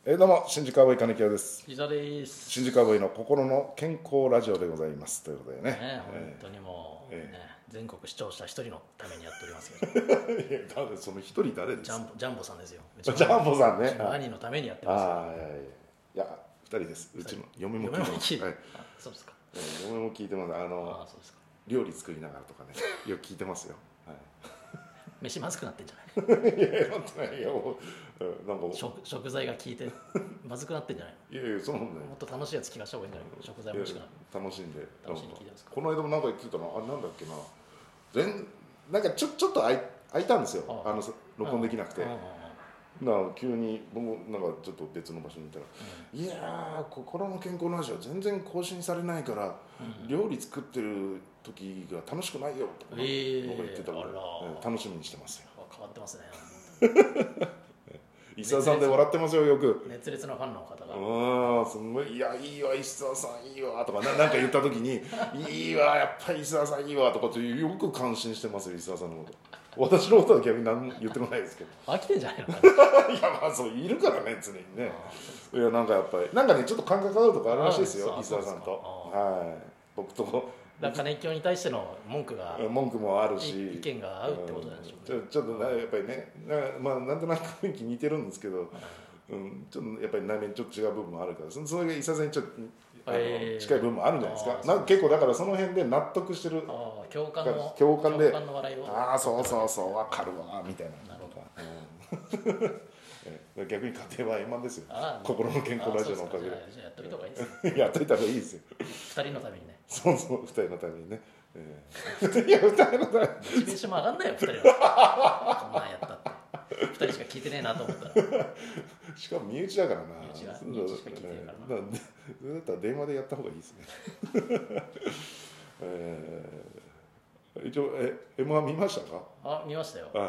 どうも新宿アボーイ金城です。 伊沢です。 新宿アボーイの心の健康ラジオでございますということでね。 本当にもう、全国視聴者一人のためにやっておりますけど。 いや誰その一人誰ですか。 ジャンボさんですよ。 ジャンボさんね。 兄のためにやってます。 いや二人です。うちの嫁も聞いてます。 そうですか。 嫁も聞いてます。 そうですか。 料理作りながらとかね、よく聞いてますよ。 飯まずくなってんじゃない？ いや本当になんか食材が効いてまずくなってんじゃないの？ いやそうなんだよ。 もっと楽しいやつ聞かした方がいいんじゃないの？食材も美味しくなる。 楽しんで聞いてますか？ この間もなんか言ってたの、なんだっけな、なんかちょっと空いたんですよ、録音できなくて。急に僕なんかちょっと別の場所にいたら、いやー心の健康の話は全然更新されないから、料理作ってる時が楽しくないよとか言ってたから、楽しみにしてますよ。 変わってますね。 石澤さんで笑ってますよ、よく。 熱烈なファンの方が。 すごい、いやいいわ石澤さんいいわとかなんか言った時にいいわやっぱり石澤さんいいわとかってよく感心してますよ、石澤さんのこと。私のことは逆に何も言ってこないですけど。 飽きてんじゃないのかな。いやまあそういるからね常にね。いやなんかやっぱりなんかねちょっと感覚合うとかあるらしいですよ、石澤さんと。僕と金井教に対しての文句もあるし意見が合うってことなんでしょうね。 ちょっとやっぱりね、まあなんとなく雰囲気似てるんですけど、ちょっとやっぱり内面ちょっと違う部分もあるから、それが伊佐さんにちょっと近い部分もあるんじゃないですか。なんか結構だからその辺で納得してる、 共感で、 の笑いを、 そう分かるわみたいな。 なるほど。 逆に家庭は円満ですよ。心の健康ラジオのおかげで。 じゃあやっといた方がいいです。 やっといた方がいいですよ。 二人のためにね。 そう二人のためにね。いや二人のために。 モチベーションも上がんないよ二人は。こんなんやったって。二人しか聞いてねえなと思ったら。 しかも身内だからな。 身内しか聞いてないからな。 それだったら電話でやった方がいいですね。一応M1見ましたか？ 見ましたよ。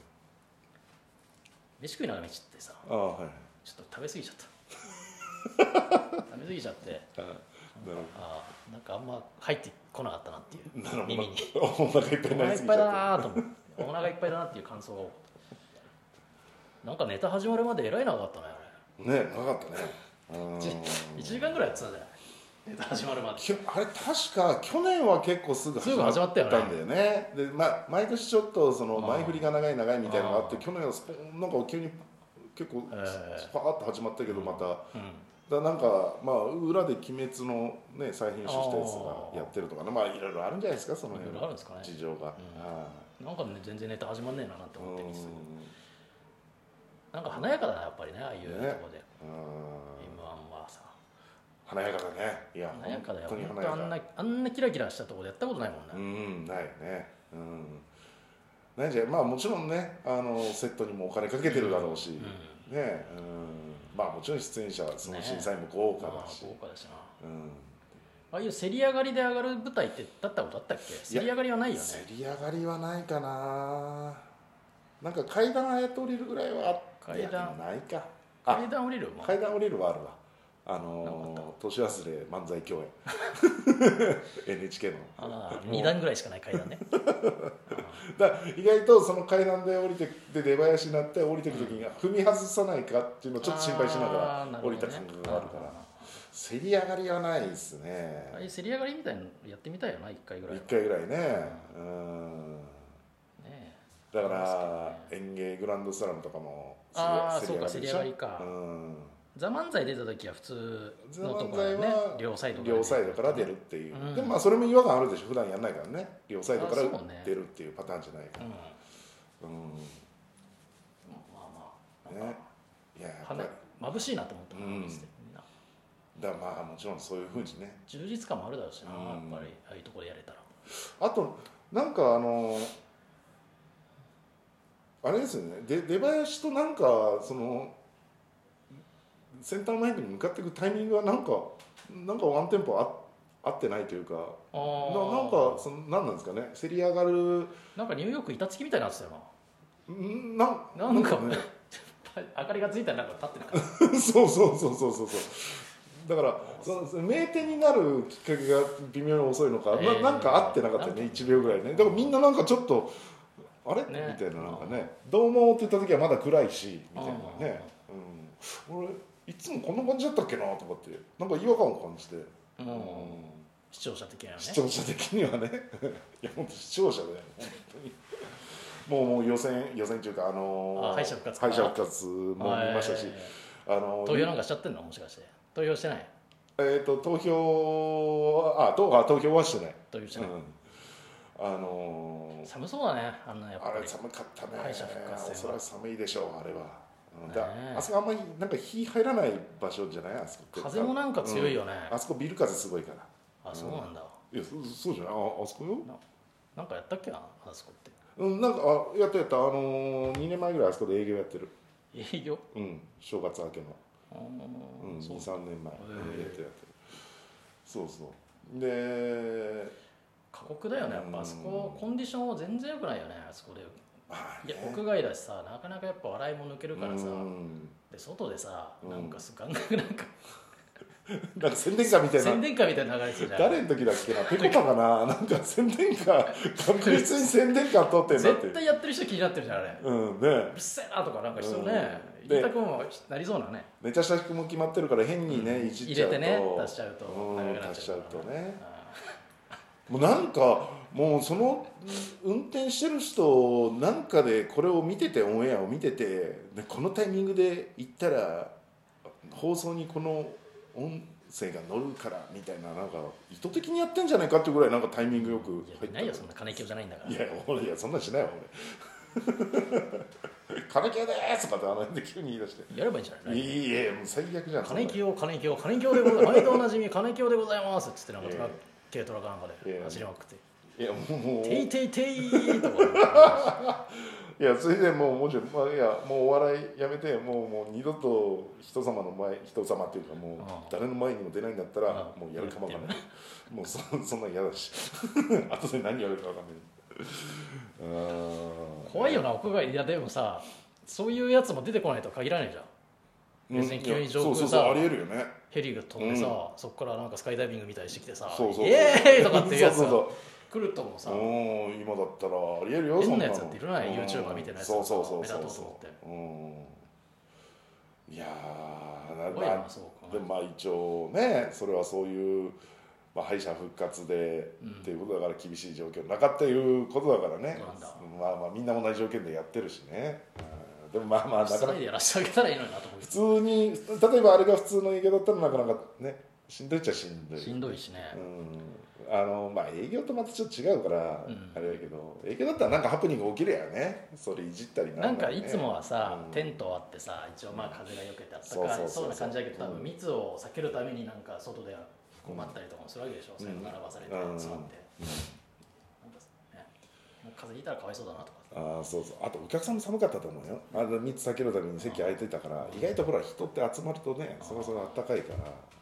飯食いながら見ちゃってさ、ちょっと食べ過ぎちゃった食べ過ぎちゃってなんかあんま入ってこなかったなっていう、耳にお腹いっぱいになりすぎちゃった。 お腹いっぱいだなと思って、お腹いっぱいだなっていう感想が多くて、なんかネタ始まるまでえらい長かったねあれ。長かったね。 1時間ぐらいやってたんじゃない、ネタ始まるまで。 あれ確か去年は結構すぐ始まったんだよね。で毎年ちょっとその前振りが長いみたいなのがあって、去年はなんか急に結構パーッと始まったけど、またなんか裏で鬼滅のね再編集したやつがやってるとかね、いろいろあるんじゃないですか、その辺の事情が。 なんかね全然ネタ始まんねえななんて思ってるんですよ。なんか華やかだなやっぱりね、ああいうとこで。M1はさ華やかだね。いや華やかだよ。 本当に華やか。 あんなキラキラしたとこでやったことないもんね。 ないね。ないじゃもちろんね、セットにもお金かけてるだろうしね。もちろん出演者その審査員も豪華だし。 豪華だしな。ああいうせり上がりで上がる舞台って立ったことあったっけ？せり上がりはないよね。 せり上がりはないかな。なんか階段あやって降りるぐらいはあってないか。 階段降りるはあるわ。年忘れ漫才共演NHK の 2段ぐらいしかない階段ね。 意外とその階段で降りて出囃子になって降りてく時に踏み外さないかっていうのをちょっと心配しながら降りた感覚があるから、せり上がりはないですね。 ああいうせり上がりみたいなのやってみたいよな、1回ぐらい。 1回ぐらいね。だから演芸グランドスラムとかもそうか、せり上がりか。ザ・漫才出た時は普通のところね、両サイドから出るっていう。でもそれも違和感あるでしょ、普段やんないからね。両サイドから出るっていうパターンじゃないから。いややっぱり眩しいなと思ってだからもちろんそういうふうにね、 充実感もあるだろうしな、やっぱりああいうところでやれたら。 あとなんかあれですよね、出囃子となんかそのセンターマイクに向かっていくタイミングはなんかワンテンポ合ってないというか、なんか何なんですかね、せり上がる、 なんかニューヨーク板付きみたいになってたよな。なんかね明かりがついたらなんか立ってるからそうだから名店になるきっかけが微妙に遅いのか、なんか合ってなかったよね、1秒ぐらいね。だからみんななんかちょっとあれみたいな、なんかね、どうもって言った時はまだ暗いしみたいなね。俺いつもこんな感じだったっけなとかってなんか違和感を感じて、 視聴者的にはね、 視聴者的にはねいや本当視聴者だよ本当にもう予選中か敗者復活も見ましたし、 投票なんかしちゃってんのもしかして。投票してない。 投票はしてない。 投票してない、寒そうだね、あんなやっぱり。 あれ寒かったね。 敗者復活戦はそれは寒いでしょうあれは。あそこあんまりなんか火入らない場所じゃないあそこって。 風もなんか強いよね、 あそこビル風すごいから。 そうなんだ。 いやそうじゃないあそこよ。 なんかやったっけなあそこって。 なんかやった2年前ぐらいあそこで営業やってる。 営業？ 正月明けの2,3年前やってる。そうで過酷だよねやっぱ。あそこコンディションは全然良くないよねあそこで。いや屋外だしさ、なかなかやっぱ笑いも抜けるからさ、で外でさ、なんかガンガンなんか宣伝歌みたいな流れするじゃん。 誰の時だっけな、ペコパかな、なんか宣伝歌確実に宣伝歌撮ってんだって。 絶対やってる人気になってるじゃんあれ。ね、うっせえなとかなんか人ね、言いたくもなりそうなね。 めちゃ下も決まってるから変にね、いじっちゃうと、 入れてね、足しちゃうとね。もうなんかもうその運転してる人なんかでこれを見てて、オンエアを見てて、でこのタイミングで行ったら放送にこの音声が乗るからみたいな、なんか意図的にやってんじゃないかっていうぐらいなんかタイミングよく入って。 ないよそんな金清じゃないんだから。 いやそんなんしないわ俺金清でーすとかってあの辺で急に言い出してやればいいんじゃない。 いやもう最悪じゃん。 金清でございます毎度おなじみ金清でございますっつってなんか軽トラかなんかで走りまくって、 いやもうテイテイテイとかいやそれでもちろん、いやもうお笑いやめてもう二度と人様っていうかもう誰の前にも出ないんだったらもうやるかもわかんない。もうそんなん嫌だし後で何言われるかわかんない。 怖いよな屋外。いやでもさ、そういうやつも出てこないとは限らないじゃん。別に急に上空さ、 ありえるよね、 ヘリが飛んでさ、そこからなんかスカイダイビングみたいにしてきてさ、 イエーイとかっていうやつが来るともさ、 今だったらありえるよ。 変なやつっているない YouTuber 見てないやつが目立とうと思って。 いやでも一応ね、それはそういう敗者復活でっていうことだから厳しい状況の中っていうことだからね。みんな同じ条件でやってるしね。でもなかなかやらせてあげたらいいのになと思う。 普通に例えばあれが普通の営業だったらなかなかねしんどいっちゃしんどいしね。 営業とまたちょっと違うから、あれだけど営業だったらなんかハプニング起きるやね。それいじったりなんかいつもはさ、テントあってさ、一応風がよけてあったかいそうな感じだけど、多分密を避けるためになんか外で困ったりとかもするわけでしょ。そういうの並ばされて座って。風邪ひいたらかわいそうだなとか。 あとお客さんも寒かったと思うよ。密避けるために席空いてたから、意外とほら人って集まるとね、そろそろあったかいから。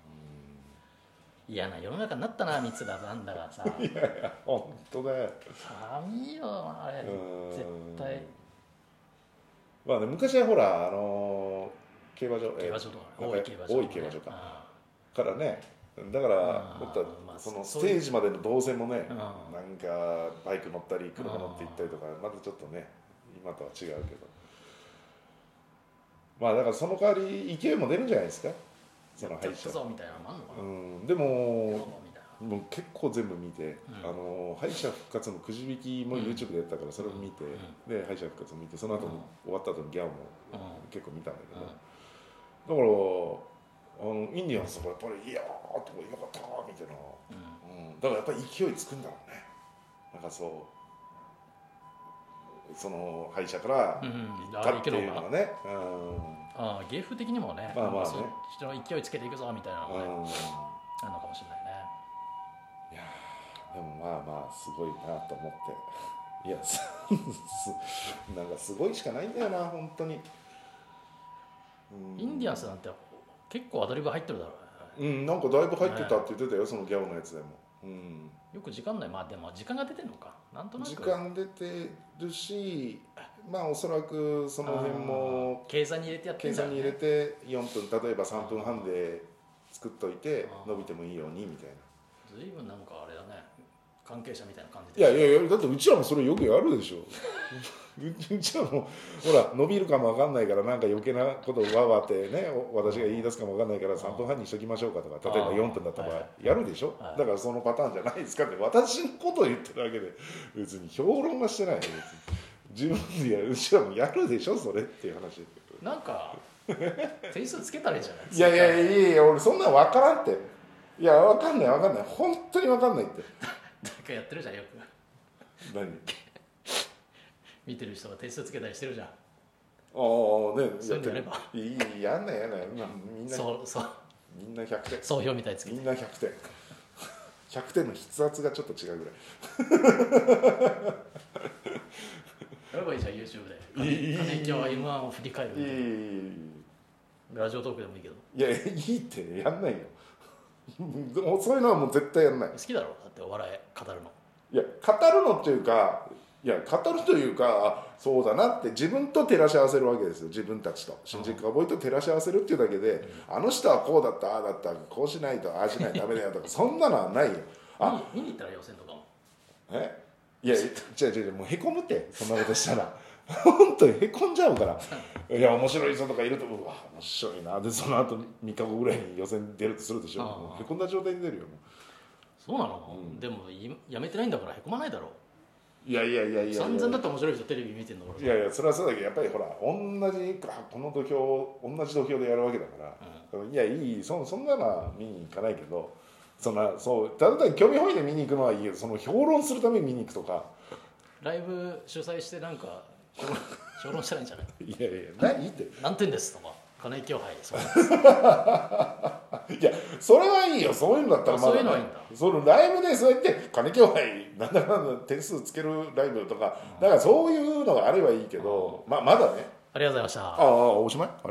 嫌な世の中になったな、密だなんだからさ。 いや本当だよ。 寒いよあれ絶対。 昔はほら競馬場とか大井競馬場からね。だからそのステージまでの動線もね、なんかバイク乗ったり車乗って行ったりとか、またちょっとね今とは違うけど、だからその代わり勢いも出るんじゃないですか。その敗者みたいなのもあんのかな。 でも結構全部見て、敗者復活のくじ引きも YouTube でやったからそれを見て、で敗者復活を見て、その後に終わった後にギャオも結構見たんだけど、だからインディアンスとかやっぱりいやーとかよかったみたいな、だからやっぱり勢いつくんだろうね。なんかその敗者から行ったっていうのがね、 芸風的にもね、そっちの勢いつけていくぞみたいなのがね、あるのかもしれないね。 いやでもすごいなと思って、いやなんかすごいしかないんだよな本当に。 インディアンスなんて結構アドリブ入ってるだろうね。なんかだいぶ入ってたって言ってたよ、そのギャオのやつでも。 よく時間内、でも時間が出てるのか、なんとなく時間出てるし、おそらくその辺も計算に入れてやってるんだよね。 計算に入れて4分、例えば3分半で作っといて伸びてもいいようにみたいな。 随分なんかあれだね、 関係者みたいな感じで。いやだってうちらもそれよくやるでしょうちらもほら伸びるかも分かんないからなんか余計なことをわわってね私が言い出すかも分かんないから3分半にしときましょうかとか例えば4分だった場合やるでしょ、だからそのパターンじゃないですかって私のことを言ってるだけで別に評論はしてないよ別に自分でやるうちらもやるでしょそれっていう話なんか点数つけたらいいじゃないいや俺そんなん分からんっていや分かんない本当に分かんないってなんかやってるじゃんよく何見てる人が点数つけたりしてるじゃん。 ああねそういうのやればやんないみんなそうみんな100点総評みたいにつけてみんな100点100点の筆圧がちょっと違うぐらいやればいいじゃん YouTube で金京は M1 を振り返るラジオトークでもいいけどいやいいってやんないよそういうのはもう絶対やんない好きだろだってお笑い語るのいや語るのっていうかいや語るというかそうだなって自分と照らし合わせるわけですよ自分たちと新宿カウボーイと照らし合わせるっていうだけで、あの人はこうだったああだったこうしないとああしないとダメだよとかそんなのはないよ見に行ったら予選とかもいや違うもうへこむってそんなことしたら本当にへこんじゃうからいや面白い人とかいるとうわ面白いなでその後3日後ぐらいに予選出るとするでしょもうへこんだ状態に出るよもうそうなの、でもやめてないんだからへこまないだろいや散々だって面白い人テレビ見てんのいやそれはそうだけどやっぱりほら同じ土俵でやるわけだから、いやいいそんなのは見に行かないけどただ単に興味本位で見に行くのはいいけどその評論するために見に行くとかライブ主催してなんか評論したらいいんじゃない何って何点ですとか金井京杯いやそれはいいよそういうのだったらまだ、ね、 そういうのはいいんだそのライブでそうやって金京杯なんだかんだ点数つけるライブとかだからそういうのがあればいいけどまだねありがとうございましたおしまい